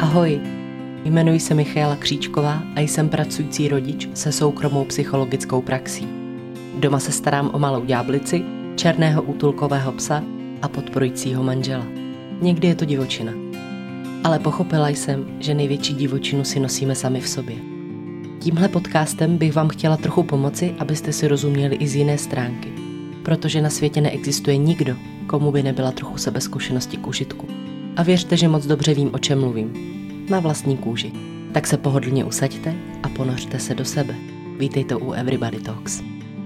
Ahoj, jmenuji se Michaela Kříčková a jsem pracující rodič se soukromou psychologickou praxí. Doma se starám o malou ďáblici, černého útulkového psa a podporujícího manžela. Někdy je to divočina. Ale pochopila jsem, že největší divočinu si nosíme sami v sobě. Tímhle podcastem bych vám chtěla trochu pomoci, abyste si rozuměli i z jiné stránky. Protože na světě neexistuje nikdo, komu by nebyla trochu sebezkušenosti k užitku. A věřte, že moc dobře vím, o čem mluvím. Na vlastní kůži. Tak se pohodlně usaďte a ponořte se do sebe. Vítejte u Everybody Talks.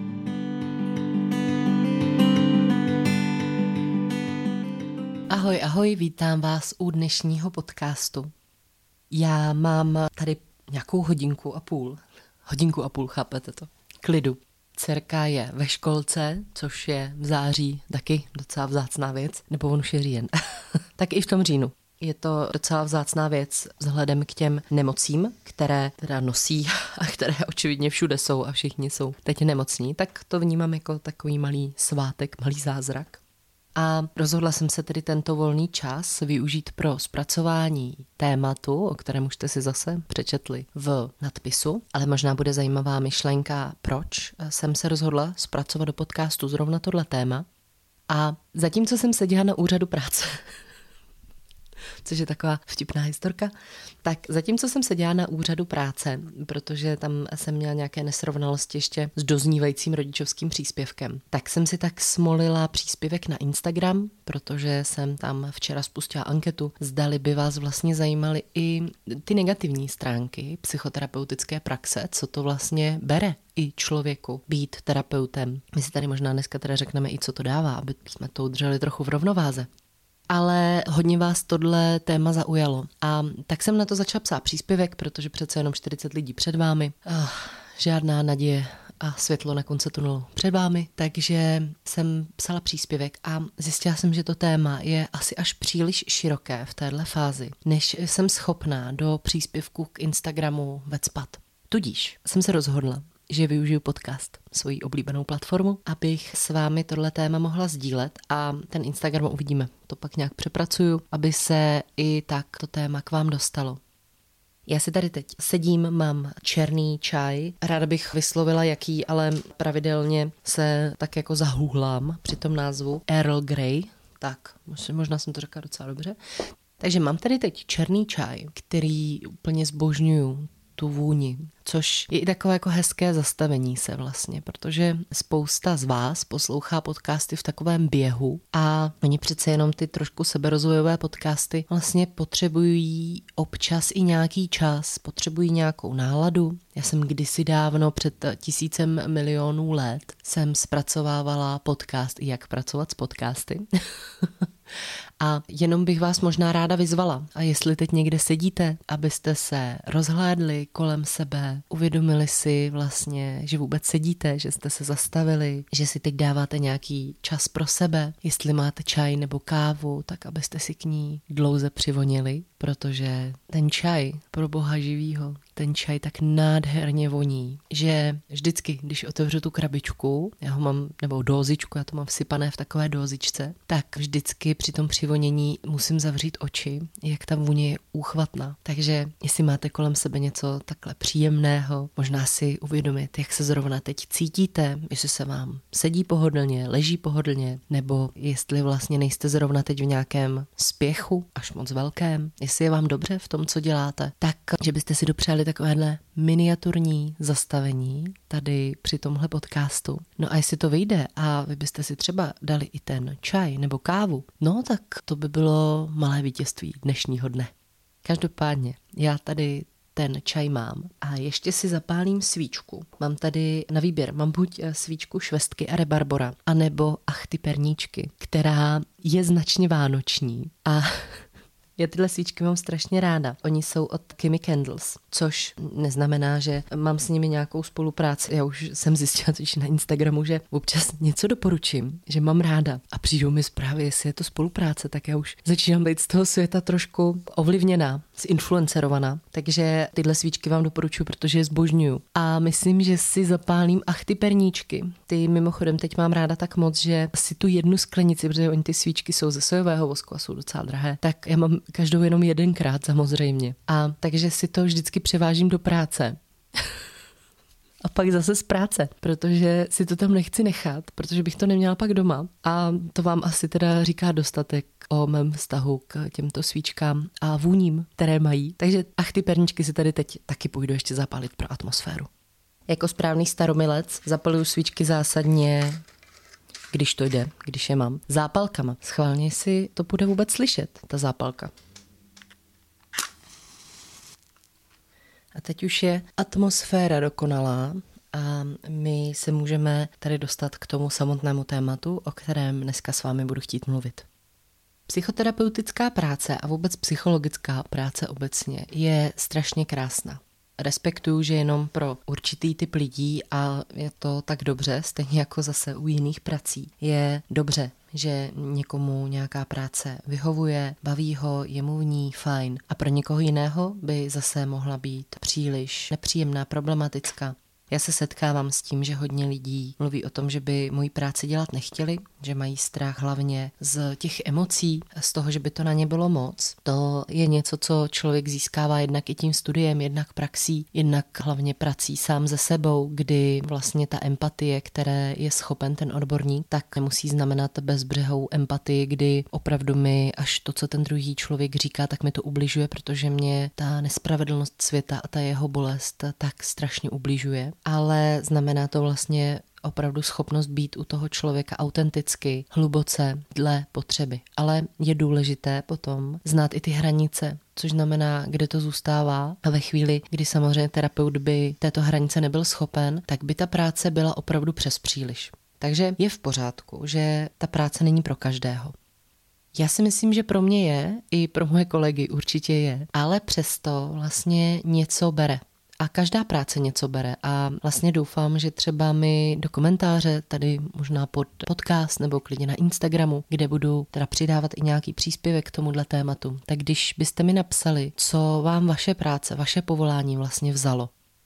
Ahoj, vítám vás u dnešního podcastu. Já mám tady nějakou hodinku a půl, chápete to? Klidu. Dcerka je ve školce, což je v září taky docela vzácná věc, nebo on už je říjen. Tak i v tom říjnu. Je to docela vzácná věc vzhledem k těm nemocím, které teda nosí a které očividně všude jsou a všichni jsou teď nemocní, tak to vnímám jako takový malý svátek, malý zázrak. A rozhodla jsem se tedy tento volný čas využít pro zpracování tématu, o kterém už jste si zase přečetli v nadpisu, ale možná bude zajímavá myšlenka, proč jsem se rozhodla zpracovat do podcastu zrovna tohle téma. A zatímco jsem seděla na úřadu práce, což je taková vtipná historka, tak zatímco jsem seděla na úřadu práce, protože tam jsem měla nějaké nesrovnalosti ještě s doznívajícím rodičovským příspěvkem, tak jsem si tak smolila příspěvek na Instagram, protože jsem tam včera spustila anketu, zdali by vás vlastně zajímaly i ty negativní stránky psychoterapeutické praxe, co to vlastně bere i člověku být terapeutem. My si tady možná dneska teda řekneme i co to dává, aby jsme to udrželi trochu v rovnováze. Ale hodně vás tohle téma zaujalo. A tak jsem na to začala psát příspěvek, protože přece jenom 40 lidí před vámi. Žádná naděje a světlo na konci tunelu před vámi. Takže jsem psala příspěvek a zjistila jsem, že to téma je asi až příliš široké v téhle fázi, než jsem schopná do příspěvku k Instagramu vecpat. Tudíž jsem se rozhodla, že využiju podcast, svoji oblíbenou platformu, abych s vámi tohle téma mohla sdílet a ten Instagram uvidíme. To pak nějak přepracuju, aby se i tak to téma k vám dostalo. Já si tady teď sedím, mám černý čaj, ráda bych vyslovila jaký, ale pravidelně se tak jako zahůhlám při tom názvu Earl Grey, tak možná jsem to řekla docela dobře. Takže mám tady teď černý čaj, který úplně zbožňuju, tu vůni, což je i takové jako hezké zastavení se vlastně, protože spousta z vás poslouchá podcasty v takovém běhu a oni přece jenom ty trošku seberozvojové podcasty vlastně potřebují občas i nějaký čas, potřebují nějakou náladu. Já jsem kdysi dávno před 1000 milionů let jsem zpracovávala podcast i jak pracovat s podcasty. A jenom bych vás možná ráda vyzvala. A jestli teď někde sedíte, abyste se rozhlédli kolem sebe, uvědomili si vlastně, že vůbec sedíte, že jste se zastavili, že si teď dáváte nějaký čas pro sebe. Jestli máte čaj nebo kávu, tak abyste si k ní dlouze přivonili, protože ten čaj, pro boha živýho, ten čaj tak nádherně voní, že vždycky, když otevřu tu krabičku, já ho mám, nebo dózičku, já to mám vsypané v takové dózičce, tak vždycky při tom přivonění musím zavřít oči, jak ta vůně je úchvatná. Takže jestli máte kolem sebe něco takhle příjemného, možná si uvědomit, jak se zrovna teď cítíte, jestli se vám sedí pohodlně, leží pohodlně, nebo jestli vlastně nejste zrovna teď v nějakém spěchu, až moc velkém, jestli je vám dobře v tom, co děláte, tak že byste si dopřáli takovéhle miniaturní zastavení tady při tomhle podcastu. No a jestli to vyjde a vy byste si třeba dali i ten čaj nebo kávu, no tak to by bylo malé vítězství dnešního dne. Každopádně, já tady ten čaj mám a ještě si zapálím svíčku. Mám tady na výběr, mám buď svíčku švestky a rebarbora, anebo ach ty perníčky, která je značně vánoční a já tyhle svíčky mám strašně ráda. Oni jsou od Kimmy Candles, což neznamená, že mám s nimi nějakou spolupráci. Já už jsem zjistila totiž na Instagramu, že občas něco doporučím, že mám ráda a přijdou mi zprávy, jestli je to spolupráce, tak já už začínám být z toho světa trošku ovlivněná zinfluencerovaná, takže tyhle svíčky vám doporučuji, protože je zbožňuju. A myslím, že si zapálím ty perníčky. Ty mimochodem teď mám ráda tak moc, že si tu jednu sklenici, protože oni ty svíčky jsou ze sojového vosku a jsou docela drahé, tak já mám každou jenom jedenkrát samozřejmě. A takže si to vždycky převážím do práce. A pak zase z práce, protože si to tam nechci nechat, protože bych to neměla pak doma. A to vám asi teda říká dostatek o mém vztahu k těmto svíčkám a vůním, které mají. Takže ty perničky si tady teď taky půjdu ještě zapálit pro atmosféru. Jako správný staromilec zapaluju svíčky zásadně, když to jde, když je mám, zápalkama. Schválně si to bude vůbec slyšet, ta zápalka. A teď už je atmosféra dokonalá a my se můžeme tady dostat k tomu samotnému tématu, o kterém dneska s vámi budu chtít mluvit. Psychoterapeutická práce a vůbec psychologická práce obecně je strašně krásná. Respektuju, že jenom pro určitý typ lidí a je to tak dobře, stejně jako zase u jiných prací. Je dobře, že někomu nějaká práce vyhovuje, baví ho, je mu v ní fajn a pro někoho jiného by zase mohla být příliš nepříjemná, problematická. Já se setkávám s tím, že hodně lidí mluví o tom, že by moji práci dělat nechtěli, že mají strach hlavně z těch emocí, z toho, že by to na ně bylo moc. To je něco, co člověk získává jednak i tím studiem, jednak praxí, jednak hlavně prací sám ze sebou, kdy vlastně ta empatie, které je schopen ten odborník, tak nemusí znamenat bezbřehou empatii, kdy opravdu mi až to, co ten druhý člověk říká, tak mi to ubližuje, protože mě ta nespravedlnost světa a ta jeho bolest tak strašně ubližuje. Ale znamená to vlastně opravdu schopnost být u toho člověka autenticky, hluboce, dle potřeby. Ale je důležité potom znát i ty hranice, což znamená, kde to zůstává. A ve chvíli, kdy samozřejmě terapeut by této hranice nebyl schopen, tak by ta práce byla opravdu přes příliš. Takže je v pořádku, že ta práce není pro každého. Já si myslím, že pro mě je, i pro moje kolegy určitě je, ale přesto vlastně něco bere. A každá práce něco bere a vlastně doufám, že třeba mi do komentáře, tady možná pod podcast nebo klidně na Instagramu, kde budu teda přidávat i nějaký příspěvek k tomuhle tématu, tak když byste mi napsali, co vám vaše práce, vaše povolání vlastně vzalo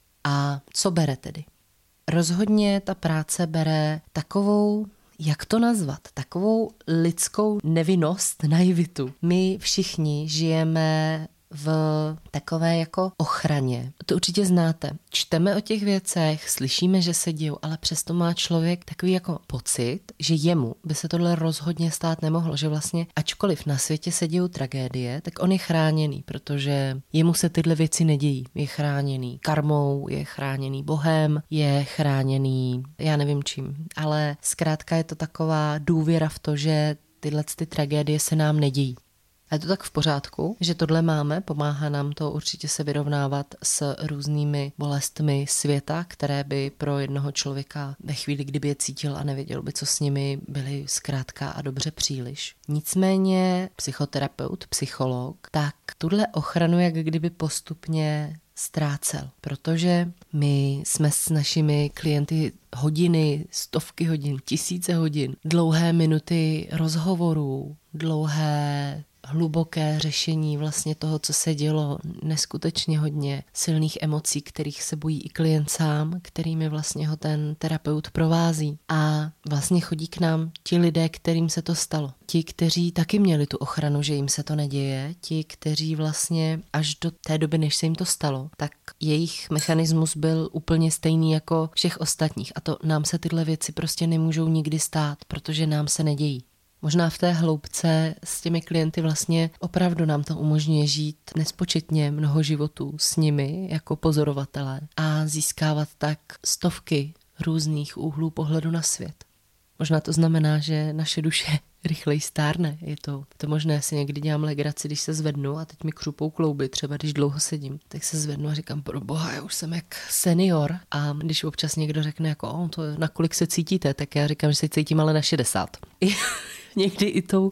a co bere tedy. Rozhodně ta práce bere takovou, jak to nazvat, takovou lidskou nevinnost, naivitu. My všichni žijeme v takové jako ochraně. To určitě znáte. Čteme o těch věcech, slyšíme, že se dějou, ale přesto má člověk takový jako pocit, že jemu by se tohle rozhodně stát nemohlo, že vlastně ačkoliv na světě se dějou tragédie, tak on je chráněný, protože jemu se tyhle věci nedějí. Je chráněný karmou, je chráněný Bohem, je chráněný já nevím čím, ale zkrátka je to taková důvěra v to, že tyhle ty tragédie se nám nedějí. A je to tak v pořádku, že tohle máme, pomáhá nám to určitě se vyrovnávat s různými bolestmi světa, které by pro jednoho člověka ve chvíli, kdyby je cítil a nevěděl by, co s nimi, byly zkrátka a dobře příliš. Nicméně psychoterapeut, psycholog, tak tuhle ochranu jak kdyby postupně ztrácel, protože my jsme s našimi klienty hodiny, stovky hodin, tisíce hodin, dlouhé minuty rozhovorů, dlouhé hluboké řešení vlastně toho, co se dělo, neskutečně hodně silných emocí, kterých se bojí i klient sám, kterými vlastně ho ten terapeut provází. A vlastně chodí k nám ti lidé, kterým se to stalo. Ti, kteří taky měli tu ochranu, že jim se to neděje, ti, kteří vlastně až do té doby, než se jim to stalo, tak jejich mechanismus byl úplně stejný jako všech ostatních. A to nám se tyhle věci prostě nemůžou nikdy stát, protože nám se nedějí. Možná v té hloubce s těmi klienty vlastně opravdu nám to umožňuje žít nespočetně mnoho životů s nimi jako pozorovatelé a získávat tak stovky různých úhlů pohledu na svět. Možná to znamená, že naše duše rychleji stárne. Je to možné, si někdy dělám legraci, když se zvednu a teď mi křupou klouby, třeba když dlouho sedím, tak se zvednu a říkám, pro boha, já už jsem jak senior. A když občas někdo řekne, jako, to na kolik se cítíte, tak já říkám, že se cítím ale na 60. Někdy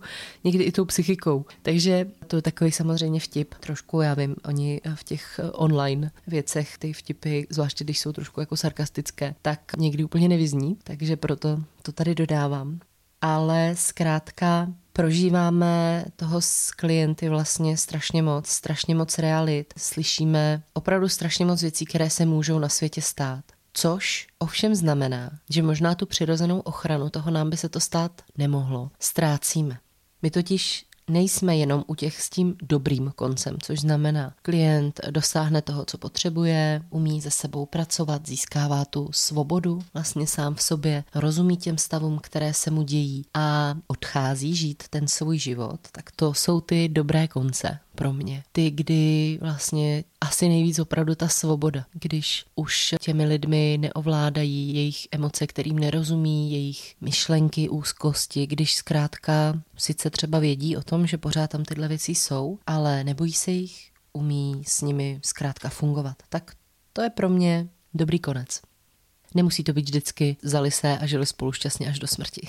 i tou psychikou. Takže to je takový samozřejmě vtip. Trošku, já vím, oni v těch online věcech, ty vtipy, zvláště když jsou trošku jako sarkastické, tak někdy úplně nevyzní, takže proto to tady dodávám. Ale zkrátka Prožíváme toho s klienty vlastně strašně moc realit. Slyšíme opravdu strašně moc věcí, které se můžou na světě stát. Což ovšem znamená, že možná tu přirozenou ochranu toho nám by se to stát nemohlo. Ztrácíme. My totiž nejsme jenom u těch s tím dobrým koncem, což znamená, klient dosáhne toho, co potřebuje, umí se sebou pracovat, získává tu svobodu vlastně sám v sobě, rozumí těm stavům, které se mu dějí a odchází žít ten svůj život, tak to jsou ty dobré konce pro mě. Ty, kdy vlastně asi nejvíc opravdu ta svoboda, když už těmi lidmi neovládají jejich emoce, kterým nerozumí, jejich myšlenky, úzkosti, když zkrátka sice třeba vědí o tom, že pořád tam tyhle věci jsou, ale nebojí se jich, umí s nimi zkrátka fungovat. Tak to je pro mě dobrý konec. Nemusí to být vždycky vzali se a žili spolu šťastně až do smrti.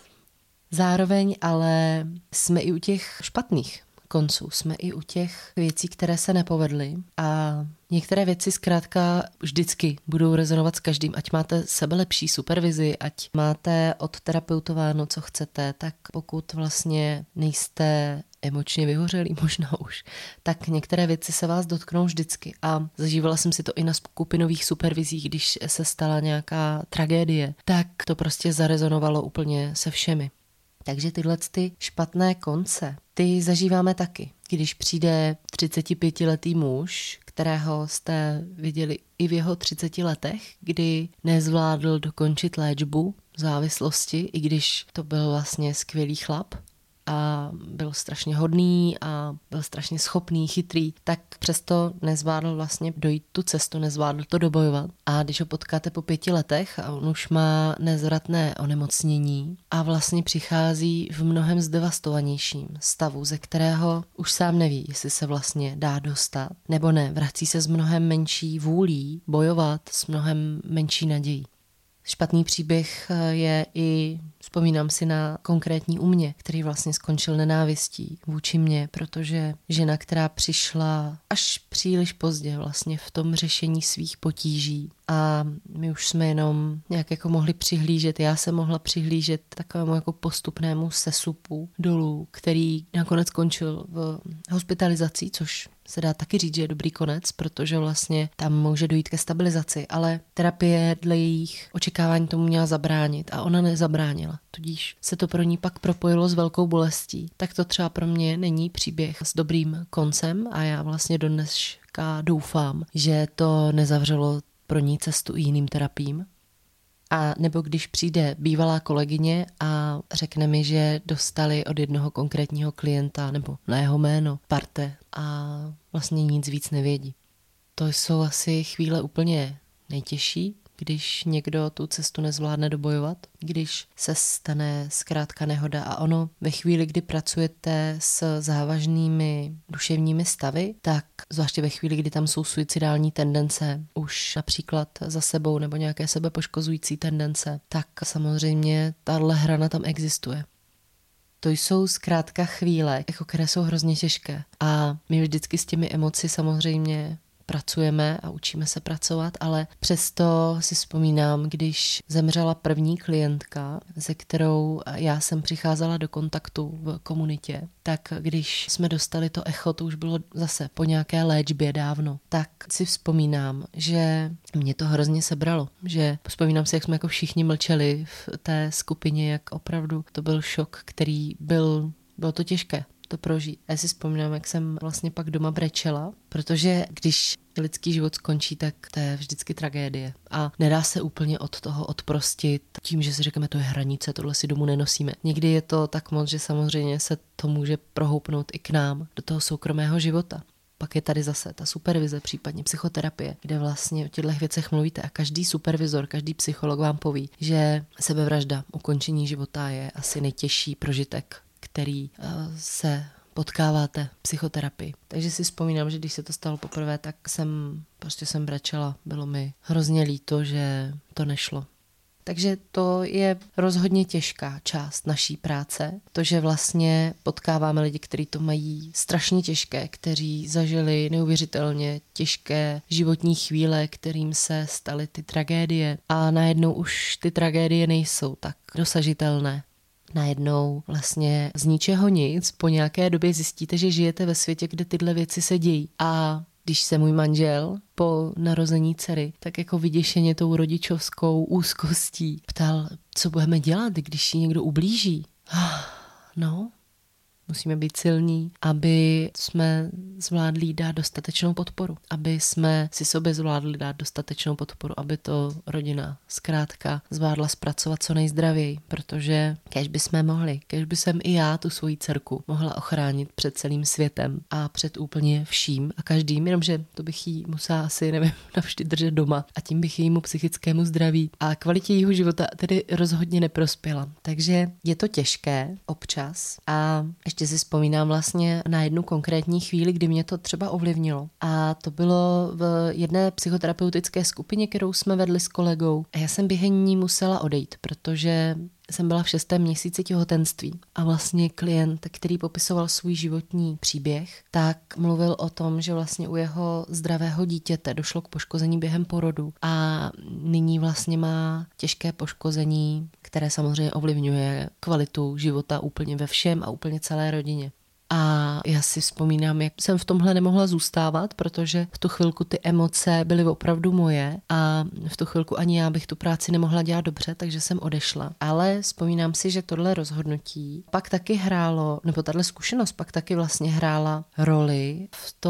Zároveň ale jsme i u těch špatných konců, jsme i u těch věcí, které se nepovedly a některé věci zkrátka vždycky budou rezonovat s každým, ať máte sebelepší supervizi, ať máte odterapeutováno, co chcete, tak pokud vlastně nejste emočně vyhořelí možná už, tak některé věci se vás dotknou vždycky a zažívala jsem si to i na skupinových supervizích, když se stala nějaká tragédie, tak to prostě zarezonovalo úplně se všemi. Takže tyhle ty špatné konce, ty zažíváme taky. Když přijde 35letý muž, kterého jste viděli i v jeho 30 letech, kdy nezvládl dokončit léčbu závislosti, i když to byl vlastně skvělý chlap a byl strašně hodný a byl strašně schopný, chytrý, tak přesto nezvládl vlastně dojít tu cestu, nezvládl to dobojovat. A když ho potkáte po 5 letech a on už má nezvratné onemocnění a vlastně přichází v mnohem zdevastovanějším stavu, ze kterého už sám neví, jestli se vlastně dá dostat, nebo ne, vrací se s mnohem menší vůlí bojovat, s mnohem menší nadějí. Špatný příběh je i, vzpomínám si na konkrétní u mě, který vlastně skončil nenávistí vůči mně, protože žena, která přišla až příliš pozdě vlastně v tom řešení svých potíží a my už jsme jenom nějak jako mohli přihlížet, já jsem mohla přihlížet takovému jako postupnému sesupu dolů, který nakonec skončil v hospitalizaci, což se dá taky říct, že je dobrý konec, protože vlastně tam může dojít ke stabilizaci, ale terapie dle jejich očekávání tomu měla zabránit a ona nezabránila. Tudíž se to pro ní pak propojilo s velkou bolestí. Tak to třeba pro mě není příběh s dobrým koncem a já vlastně dodneška doufám, že to nezavřelo pro ní cestu i jiným terapiím. A nebo když přijde bývalá kolegyně a řekne mi, že dostali od jednoho konkrétního klienta nebo na jeho jméno parte a vlastně nic víc nevědí. To jsou asi chvíle úplně nejtěžší, když někdo tu cestu nezvládne dobojovat, když se stane zkrátka nehoda a ono ve chvíli, kdy pracujete s závažnými duševními stavy, tak zvláště ve chvíli, kdy tam jsou suicidální tendence, už například za sebou nebo nějaké sebepoškozující tendence, tak samozřejmě tahle hrana tam existuje. To jsou zkrátka chvíle, jako které jsou hrozně těžké a my vždycky s těmi emoci samozřejmě pracujeme a učíme se pracovat, ale přesto si vzpomínám, když zemřela první klientka, se kterou já jsem přicházela do kontaktu v komunitě, tak když jsme dostali to echo, to už bylo zase po nějaké léčbě dávno, tak si vzpomínám, že mě to hrozně sebralo, že vzpomínám si, jak jsme jako všichni mlčeli v té skupině, jak opravdu to byl šok, který bylo to těžké to prožít. A já si vzpomínám, jak jsem vlastně pak doma brečela, protože když lidský život skončí, tak to je vždycky tragédie. A nedá se úplně od toho odprostit tím, že si řekneme, to je hranice, tohle si domů nenosíme. Někdy je to tak moc, že samozřejmě se to může prohoupnout i k nám, do toho soukromého života. Pak je tady zase ta supervize, případně psychoterapie, kde vlastně o těchto věcech mluvíte a každý supervizor, každý psycholog vám poví, že sebevražda, ukončení života je asi nejtěžší prožitek, který se potkáváte v psychoterapii. Takže si vzpomínám, že když se to stalo poprvé, tak jsem brečela. Bylo mi hrozně líto, že to nešlo. Takže to je rozhodně těžká část naší práce. To, že vlastně potkáváme lidi, kteří to mají strašně těžké, kteří zažili neuvěřitelně těžké životní chvíle, kterým se staly ty tragédie. A najednou už ty tragédie nejsou tak dosažitelné. najednou vlastně z ničeho nic po nějaké době zjistíte, že žijete ve světě, kde tyhle věci se dějí. A když se můj manžel po narození dcery tak jako vyděšeně tou rodičovskou úzkostí ptal, co budeme dělat, když jí někdo ublíží. No, musíme být silní, aby jsme zvládli dát dostatečnou podporu. Aby jsme si sobě zvládli dát dostatečnou podporu, aby to rodina zkrátka zvládla zpracovat co nejzdravěji, protože kéž by jsem i já tu svoji dcerku mohla ochránit před celým světem a před úplně vším a každým, jenomže to bych jí musela asi, navždy držet doma a tím bych jejímu psychickému zdraví a kvalitě jejího života tedy rozhodně neprospěla. Takže je to těžké občas a ještě si vzpomínám vlastně na jednu konkrétní chvíli, kdy mě to třeba ovlivnilo. A to bylo v jedné psychoterapeutické skupině, kterou jsme vedli s kolegou. A já jsem během ní musela odejít, protože jsem byla v 6. měsíci těhotenství a vlastně klient, který popisoval svůj životní příběh, tak mluvil o tom, že vlastně u jeho zdravého dítěte došlo k poškození během porodu a nyní vlastně má těžké poškození, které samozřejmě ovlivňuje kvalitu života úplně ve všem a úplně celé rodině. A já si vzpomínám, jak jsem v tomhle nemohla zůstávat, protože v tu chvilku ty emoce byly opravdu moje a v tu chvilku ani já bych tu práci nemohla dělat dobře, takže jsem odešla. Ale vzpomínám si, že tohle rozhodnutí pak taky hrálo, nebo tahle zkušenost pak taky vlastně hrála roli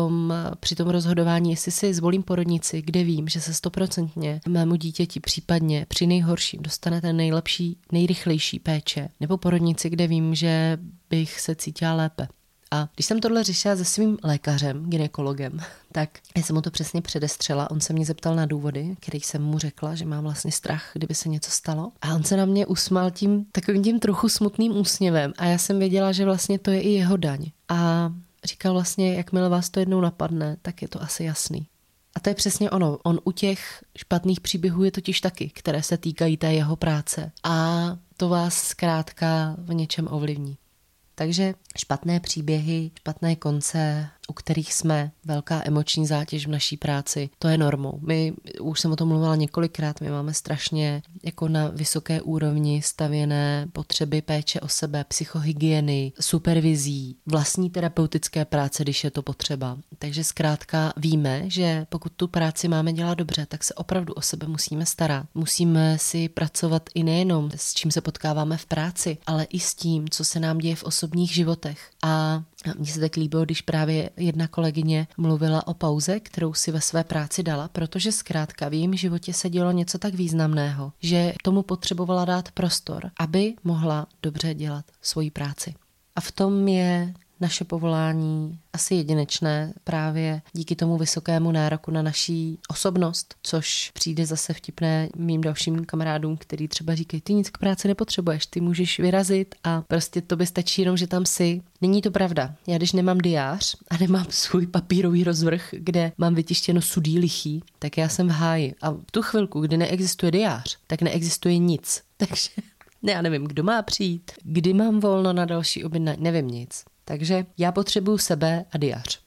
při tom rozhodování, jestli si zvolím porodnici, kde vím, že se 100% mému dítěti případně při nejhorším dostane ten nejlepší, nejrychlejší péče, nebo porodnici, kde vím, že bych se cítila lépe. A když jsem tohle řešila se svým lékařem, gynekologem, tak já jsem mu to přesně předestřela. On se mě zeptal na důvody, kterých jsem mu řekla, že mám vlastně strach, kdyby se něco stalo. A on se na mě usmál takovým trochu smutným úsměvem. A já jsem věděla, že vlastně to je i jeho daň. A říkal vlastně, jakmile vás to jednou napadne, tak je to asi jasný. A to je přesně ono. On u těch špatných příběhů je totiž taky, které se týkají té jeho práce. A to vás zkrátka v něčem ovlivní. Takže špatné příběhy, špatné konce, u kterých jsme, velká emoční zátěž v naší práci, to je normou. My, už jsem o tom mluvila několikrát, my máme strašně jako na vysoké úrovni stavěné potřeby péče o sebe, psychohygieny, supervizí, vlastní terapeutické práce, když je to potřeba. Takže zkrátka víme, že pokud tu práci máme dělat dobře, tak se opravdu o sebe musíme starat. Musíme si pracovat i nejenom s čím se potkáváme v práci, ale i s tím, co se nám děje v osobních životech. A mně se tak líbilo, když právě jedna kolegyně mluvila o pauze, kterou si ve své práci dala, protože zkrátka v jejím životě se dělo něco tak významného, že tomu potřebovala dát prostor, aby mohla dobře dělat svoji práci. A v tom je naše povolání asi jedinečné právě díky tomu vysokému nároku na naší osobnost, což přijde zase vtipné mým dalším kamarádům, který třeba říkají, ty nic k práci nepotřebuješ, ty můžeš vyrazit a prostě to by stačí jenom, že tam jsi. Není to pravda. Já když nemám diář a nemám svůj papírový rozvrh, kde mám vytištěno sudý lichý, tak já jsem v háji. A v tu chvilku, kdy neexistuje diář, tak neexistuje nic. Takže já nevím, kdo má přijít, kdy mám volno na další objednání, nevím nic. Takže já potřebuju sebe a diář.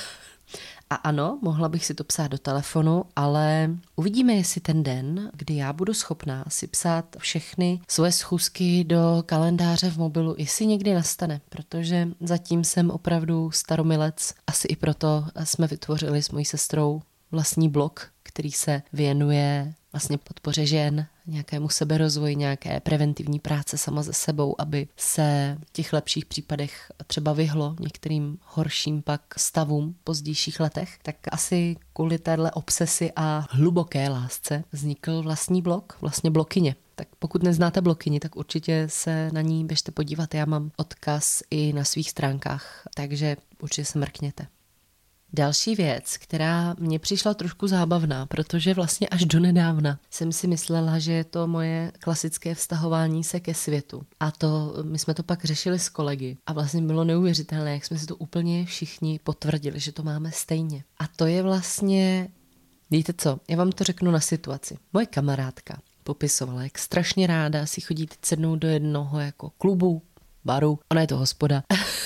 A ano, mohla bych si to psát do telefonu, ale uvidíme, jestli ten den, kdy já budu schopná si psát všechny svoje schůzky do kalendáře v mobilu, jestli někdy nastane, protože zatím jsem opravdu staromilec. Asi i proto jsme vytvořili s mojí sestrou vlastní blog, který se věnuje vlastně podpoře žen, nějakému seberozvoji, nějaké preventivní práce sama se sebou, aby se v těch lepších případech třeba vyhlo některým horším pak stavům v pozdějších letech. Tak asi kvůli téhle obsesi a hluboké lásce vznikl vlastní blog, vlastně blokyně. Tak pokud neznáte blokyni, tak určitě se na ní běžte podívat. Já mám odkaz i na svých stránkách, takže určitě se mrkněte. Další věc, která mně přišla trošku zábavná, protože vlastně až donedávna jsem si myslela, že je to moje klasické vztahování se ke světu. A to, my jsme to pak řešili s kolegy a vlastně bylo neuvěřitelné, jak jsme si to úplně všichni potvrdili, že to máme stejně. A to je vlastně, víte co, já vám to řeknu na situaci. Moje kamarádka popisovala, jak strašně ráda si chodí teď sednout do jednoho jako klubu, baru, ona je to hospoda.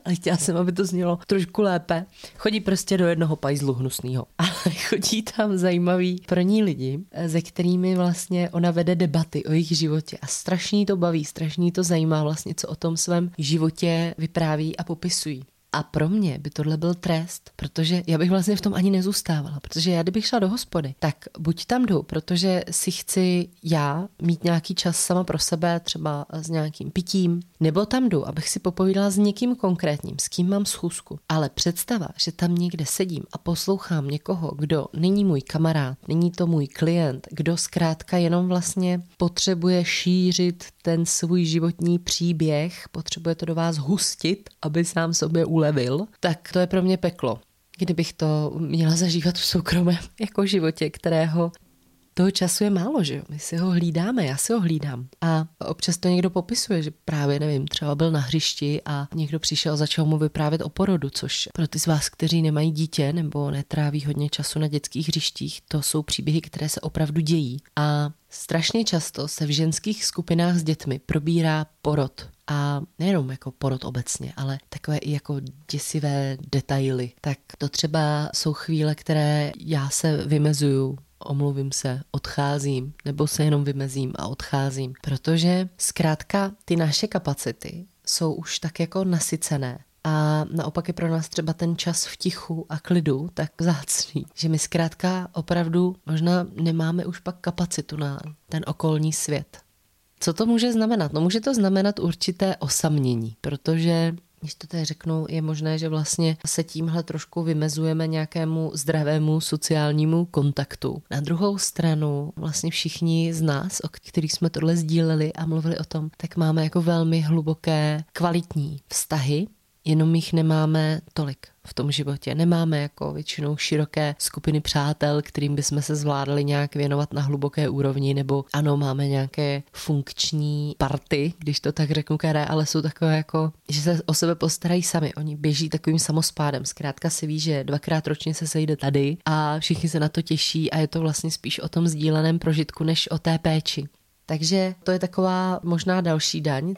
ale chtěla jsem, aby to znělo trošku lépe. Chodí prostě do jednoho pajzlu hnusnýho. Ale chodí tam zajímaví pro ní lidi, se kterými vlastně ona vede debaty o jejich životě a strašně to baví, strašně to zajímá vlastně, co o tom svém životě vypráví a popisují. A pro mě by tohle byl trest, protože já bych vlastně v tom ani nezůstávala, protože já kdybych šla do hospody, tak buď tam jdu, protože si chci já mít nějaký čas sama pro sebe, třeba s nějakým pitím, nebo tam jdu, abych si popovídala s někým konkrétním, s kým mám schůzku. Ale představa, že tam někde sedím a poslouchám někoho, kdo není můj kamarád, není to můj klient, kdo zkrátka jenom vlastně potřebuje šířit ten svůj životní příběh, potřebuje to do vás hustit, aby sám sobě ulevil, tak to je pro mě peklo. Kdybych to měla zažívat v soukromém jako životě, kterého toho času je málo, že jo? My si ho hlídáme, já si ho hlídám. A občas to někdo popisuje, že právě, nevím, třeba byl na hřišti a někdo přišel a začal mu vyprávět o porodu, což pro ty z vás, kteří nemají dítě nebo netráví hodně času na dětských hřištích, to jsou příběhy, které se opravdu dějí. A strašně často se v ženských skupinách s dětmi probírá porod. A nejenom jako porod obecně, ale takové i jako děsivé detaily. Tak to třeba jsou chvíle, které já se vymezuju, omluvím se, odcházím, nebo se jenom vymezím a odcházím. Protože zkrátka ty naše kapacity jsou už tak jako nasycené. A naopak je pro nás třeba ten čas v tichu a klidu tak vzácný, že my zkrátka opravdu možná nemáme už pak kapacitu na ten okolní svět. Co to může znamenat? No může to znamenat určité osamění, protože když to tady řeknu, je možné, že vlastně se tímhle trošku vymezujeme nějakému zdravému sociálnímu kontaktu. Na druhou stranu vlastně všichni z nás, o kterých jsme tohle sdíleli a mluvili o tom, tak máme jako velmi hluboké, kvalitní vztahy, jenom jich nemáme tolik v tom životě. Nemáme jako většinou široké skupiny přátel, kterým bychom se zvládali nějak věnovat na hluboké úrovni, nebo ano, máme nějaké funkční party, když to tak řeknu, které ale jsou takové jako, že se o sebe postarají sami. Oni běží takovým samospádem. Zkrátka se ví, že 2krát ročně se sejde tady a všichni se na to těší a je to vlastně spíš o tom sdíleném prožitku, než o té péči. Takže to je taková možná další daň,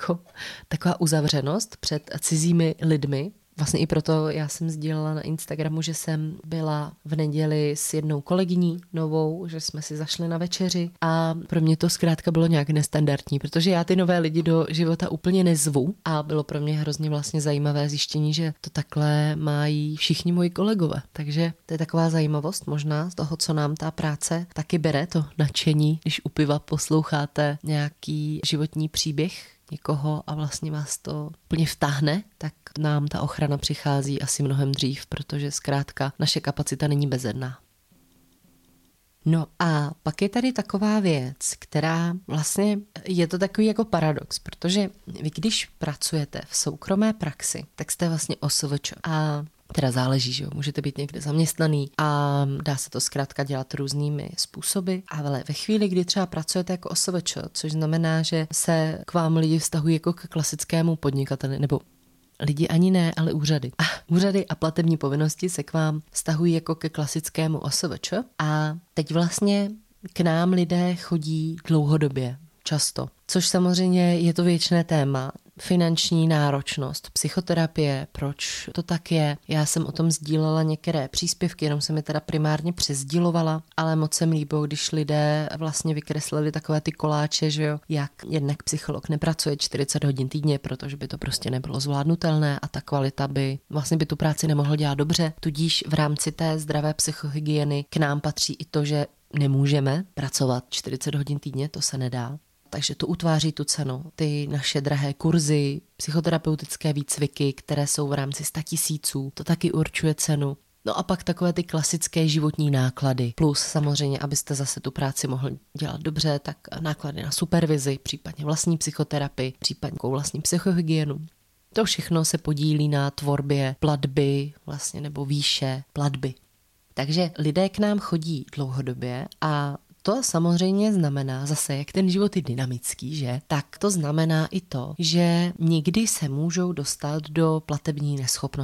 taková uzavřenost před cizími lidmi. Vlastně i proto já jsem sdílela na Instagramu, že jsem byla v neděli s jednou kolegyní novou, že jsme si zašli na večeři a pro mě to zkrátka bylo nějak nestandardní, protože já ty nové lidi do života úplně nezvu a bylo pro mě hrozně vlastně zajímavé zjištění, že to takhle mají všichni moji kolegové. Takže to je taková zajímavost možná z toho, co nám ta práce taky bere, to nadšení, když u piva posloucháte nějaký životní příběh někoho a vlastně vás to úplně vtáhne, tak nám ta ochrana přichází asi mnohem dřív, protože zkrátka naše kapacita není bezedná. No a pak je tady taková věc, která vlastně je to takový jako paradox, protože vy když pracujete v soukromé praxi, tak jste vlastně OSVČ a teda záleží, že jo, můžete být někde zaměstnaný a dá se to zkrátka dělat různými způsoby, ale ve chvíli, kdy třeba pracujete jako OSVČ, což znamená, že se k vám lidi vztahují jako k klasickému podnikateli, nebo lidi ani ne, ale úřady. A úřady a platební povinnosti se k vám vztahují jako ke klasickému OSVČ a teď vlastně k nám lidé chodí dlouhodobě, často. Což samozřejmě je to věčné téma. Finanční náročnost, psychoterapie, proč to tak je. Já jsem o tom sdílela některé příspěvky, jenom jsem je teda primárně přesdílovala, ale moc se mi líbilo, když lidé vlastně vykreslili takové ty koláče, že jo, jak jednak psycholog nepracuje 40 hodin týdně, protože by to prostě nebylo zvládnutelné a ta kvalita by tu práci nemohl dělat dobře. Tudíž v rámci té zdravé psychohygieny k nám patří i to, že nemůžeme pracovat 40 hodin týdně, to se nedá. Takže to utváří tu cenu. Ty naše drahé kurzy, psychoterapeutické výcviky, které jsou v rámci 100 000, to taky určuje cenu. No a pak takové ty klasické životní náklady. Plus samozřejmě, abyste zase tu práci mohli dělat dobře, tak náklady na supervizi, případně vlastní psychoterapii, případně vlastní psychohygienu. To všechno se podílí na tvorbě platby vlastně nebo výše platby. Takže lidé k nám chodí dlouhodobě a to samozřejmě znamená zase, jak ten život je dynamický, že? Tak to znamená i to, že někdy se můžou dostat do platební neschopnosti.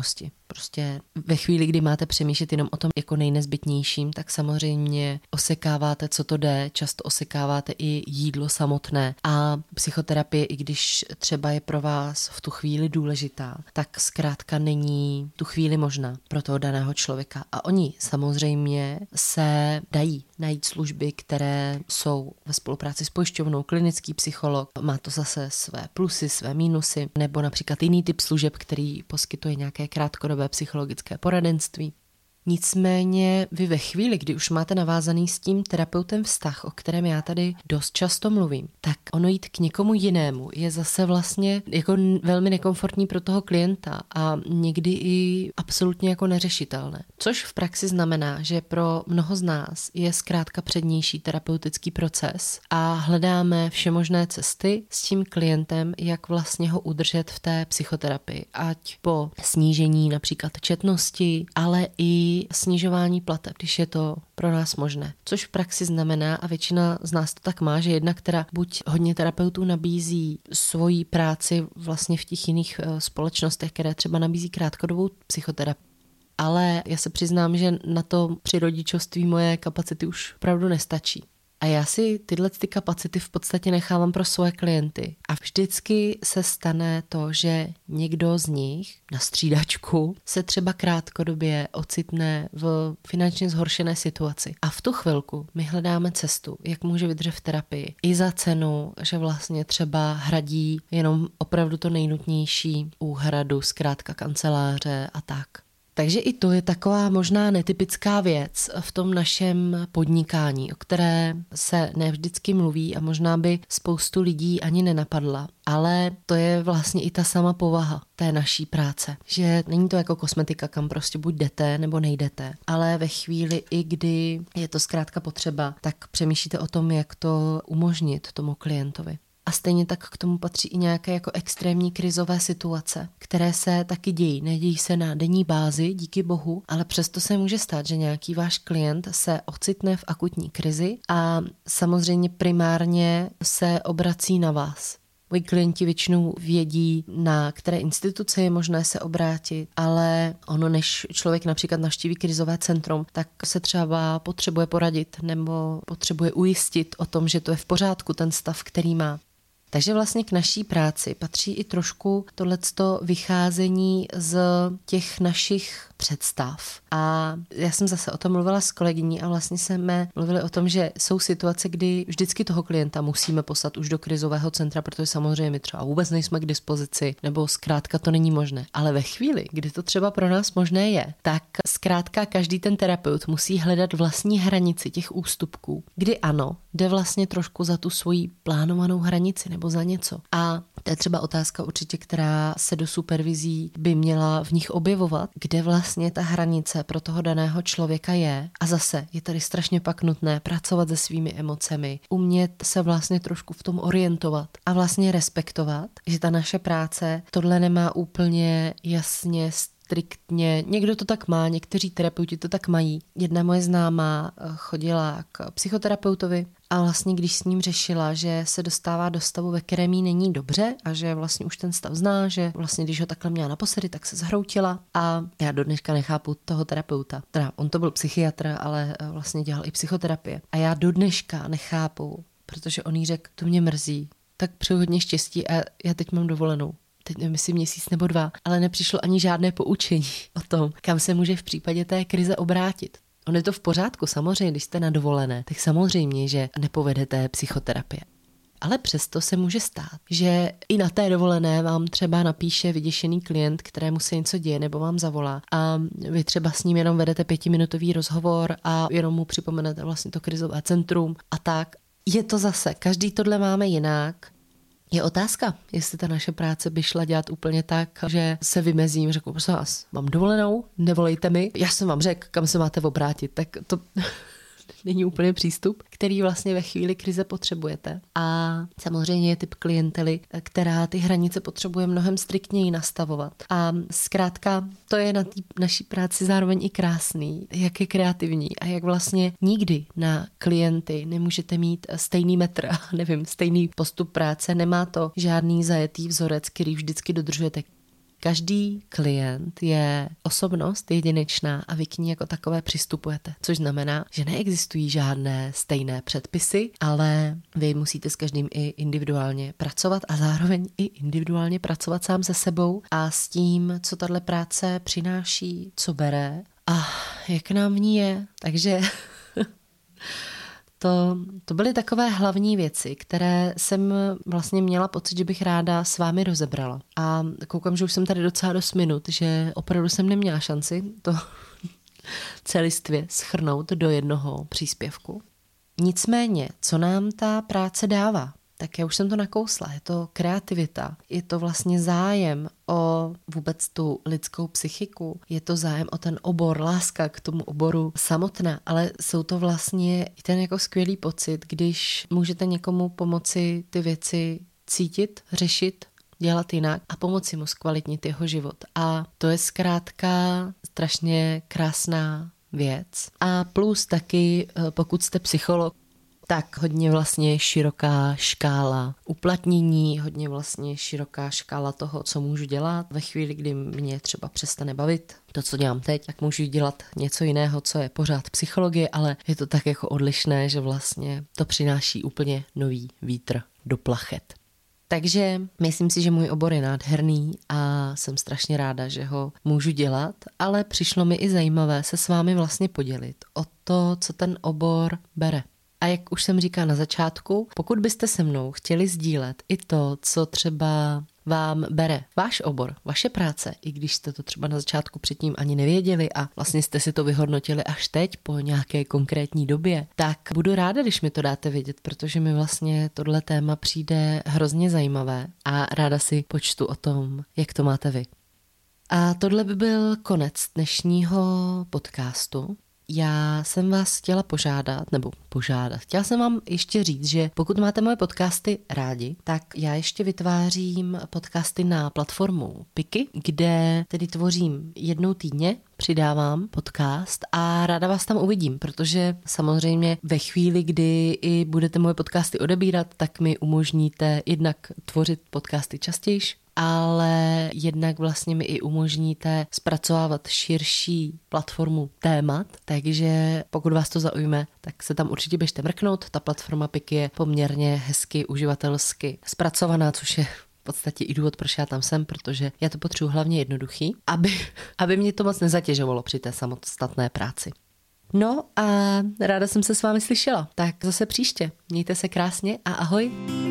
Prostě ve chvíli, kdy máte přemýšlet jenom o tom jako nejnezbytnějším, tak samozřejmě osekáváte, co to jde, často osekáváte i jídlo samotné a psychoterapie, i když třeba je pro vás v tu chvíli důležitá, tak zkrátka není tu chvíli možná pro toho daného člověka. A oni samozřejmě se dají najít služby, které jsou ve spolupráci s pojišťovnou, klinický psycholog, má to zase své plusy, své mínusy, nebo například jiný typ služeb, který poskytuje nějaké krátkodobé psychologické poradenství. Nicméně vy ve chvíli, kdy už máte navázaný s tím terapeutem vztah, o kterém já tady dost často mluvím, tak ono jít k někomu jinému je zase vlastně jako velmi nekomfortní pro toho klienta a někdy i absolutně jako neřešitelné. Což v praxi znamená, že pro mnoho z nás je zkrátka přednější terapeutický proces a hledáme všemožné cesty s tím klientem, jak vlastně ho udržet v té psychoterapii. Ať po snížení například četnosti, ale i snižování plateb, když je to pro nás možné. Což v praxi znamená, a většina z nás to tak má, že jedna, která buď hodně terapeutů nabízí svoji práci vlastně v těch jiných společnostech, které třeba nabízí krátkodobou psychoterapii. Ale já se přiznám, že na to při rodičovství moje kapacity už opravdu nestačí. A já si tyhle kapacity v podstatě nechávám pro svoje klienty. A vždycky se stane to, že někdo z nich na střídačku se třeba krátkodobě ocitne v finančně zhoršené situaci. A v tu chvilku my hledáme cestu, jak může vydržet v terapii. I za cenu, že vlastně třeba hradí jenom opravdu to nejnutnější úhradu, zkrátka kanceláře a tak. Takže i to je taková možná netypická věc v tom našem podnikání, o které se nevždycky mluví a možná by spoustu lidí ani nenapadla. Ale to je vlastně i ta sama povaha té naší práce, že není to jako kosmetika, kam prostě buď jdete nebo nejdete, ale ve chvíli, i kdy je to zkrátka potřeba, tak přemýšlíte o tom, jak to umožnit tomu klientovi. A stejně tak k tomu patří i nějaké jako extrémní krizové situace, které se taky dějí. Nedějí se na denní bázi, díky bohu, ale přesto se může stát, že nějaký váš klient se ocitne v akutní krizi a samozřejmě primárně se obrací na vás. Moji klienti většinou vědí, na které instituce je možné se obrátit, ale ono, než člověk například navštíví krizové centrum, tak se třeba potřebuje poradit nebo potřebuje ujistit o tom, že to je v pořádku, ten stav, který má. Takže vlastně k naší práci patří i trošku tohleto vycházení z těch našich představ. A já jsem zase o tom mluvila s kolegyní a vlastně jsme mluvili o tom, že jsou situace, kdy vždycky toho klienta musíme poslat už do krizového centra, protože samozřejmě my třeba vůbec nejsme k dispozici, nebo zkrátka to není možné. Ale ve chvíli, kdy to třeba pro nás možné je, tak zkrátka každý ten terapeut musí hledat vlastní hranici těch ústupků, kdy ano, jde vlastně trošku za tu svoji plánovanou hranici nebo za něco. A to je třeba otázka určitě, která se do supervizí by měla v nich objevovat, kde vlastně ta hranice pro toho daného člověka je. A zase je tady strašně pak nutné pracovat se svými emocemi, umět se vlastně trošku v tom orientovat a vlastně respektovat, že ta naše práce tohle nemá úplně jasně striktně. Někdo to tak má, někteří terapeuti to tak mají. Jedna moje známá chodila k psychoterapeutovi a vlastně když s ním řešila, že se dostává do stavu, ve kterém jí není dobře a že vlastně už ten stav zná, že vlastně když ho takhle měla naposledy, tak se zhroutila a já do dneška nechápu toho terapeuta. Teda on to byl psychiatr, ale vlastně dělal i psychoterapie. A já do dneška nechápu, protože on jí řekl, to mě mrzí, tak přeju hodně štěstí a já teď mám dovolenou. Teď nevím, jestli měsíc nebo 2, ale nepřišlo ani žádné poučení o tom, kam se může v případě té krize obrátit. On je to v pořádku, samozřejmě, když jste na dovolené, tak samozřejmě, že nepovedete psychoterapie. Ale přesto se může stát, že i na té dovolené vám třeba napíše vyděšený klient, kterému se něco děje nebo vám zavolá a vy třeba s ním jenom vedete 5minutový rozhovor a jenom mu připomenete vlastně to krizové centrum a tak. Je to zase, každý tohle máme jinak. Je otázka, jestli ta naše práce by šla dělat úplně tak, že se vymezím, řeknu, prosím vás, mám dovolenou, nevolejte mi, já jsem vám řekl, kam se máte obrátit, tak to není úplně přístup, který vlastně ve chvíli krize potřebujete. A samozřejmě je typ klientely, která ty hranice potřebuje mnohem striktněji nastavovat. A zkrátka to je na té naší práci zároveň i krásný, jak je kreativní a jak vlastně nikdy na klienty nemůžete mít stejný metr, nevím, stejný postup práce, nemá to žádný zajetý vzorec, který vždycky dodržujete. Každý klient je osobnost jedinečná a vy k ní jako takové přistupujete, což znamená, že neexistují žádné stejné předpisy, ale vy musíte s každým i individuálně pracovat a zároveň i individuálně pracovat sám se sebou a s tím, co tahle práce přináší, co bere a jak nám v ní je. Takže to byly takové hlavní věci, které jsem vlastně měla pocit, že bych ráda s vámi rozebrala. A koukám, že už jsem tady docela dost minut, že opravdu jsem neměla šanci to celistvě shrnout do jednoho příspěvku. Nicméně, co nám ta práce dává? Tak já už jsem to nakousla, je to kreativita, je to vlastně zájem o vůbec tu lidskou psychiku, je to zájem o ten obor, láska k tomu oboru samotná, ale jsou to vlastně i ten jako skvělý pocit, když můžete někomu pomoci ty věci cítit, řešit, dělat jinak a pomoci mu zkvalitnit jeho život. A to je zkrátka strašně krásná věc. A plus taky, pokud jste psycholog, tak hodně vlastně široká škála uplatnění, hodně vlastně široká škála toho, co můžu dělat. Ve chvíli, kdy mě třeba přestane bavit to, co dělám teď, tak můžu dělat něco jiného, co je pořád psychologie, ale je to tak jako odlišné, že vlastně to přináší úplně nový vítr do plachet. Takže myslím si, že můj obor je nádherný a jsem strašně ráda, že ho můžu dělat, ale přišlo mi i zajímavé se s vámi vlastně podělit o to, co ten obor bere. A jak už jsem říkala na začátku, pokud byste se mnou chtěli sdílet i to, co třeba vám bere váš obor, vaše práce, i když jste to třeba na začátku předtím ani nevěděli a vlastně jste si to vyhodnotili až teď po nějaké konkrétní době, tak budu ráda, když mi to dáte vědět, protože mi vlastně tohle téma přijde hrozně zajímavé a ráda si počtu o tom, jak to máte vy. A tohle by byl konec dnešního podcastu. Já jsem vás chtěla chtěla jsem vám ještě říct, že pokud máte moje podcasty rádi, tak já ještě vytvářím podcasty na platformu Piky, kde tedy tvořím jednou týdně, přidávám podcast a ráda vás tam uvidím, protože samozřejmě ve chvíli, kdy i budete moje podcasty odebírat, tak mi umožníte jednak tvořit podcasty častěji, ale jednak vlastně mi i umožníte zpracovávat širší platformu témat, takže pokud vás to zaujme, tak se tam určitě běžte mrknout. Ta platforma Piky je poměrně hezky uživatelsky zpracovaná, což je v podstatě i důvod, proč já tam jsem, protože já to potřebuji hlavně jednoduchý, aby mě to moc nezatěžovalo při té samostatné práci. No a ráda jsem se s vámi slyšela, tak zase příště. Mějte se krásně a ahoj.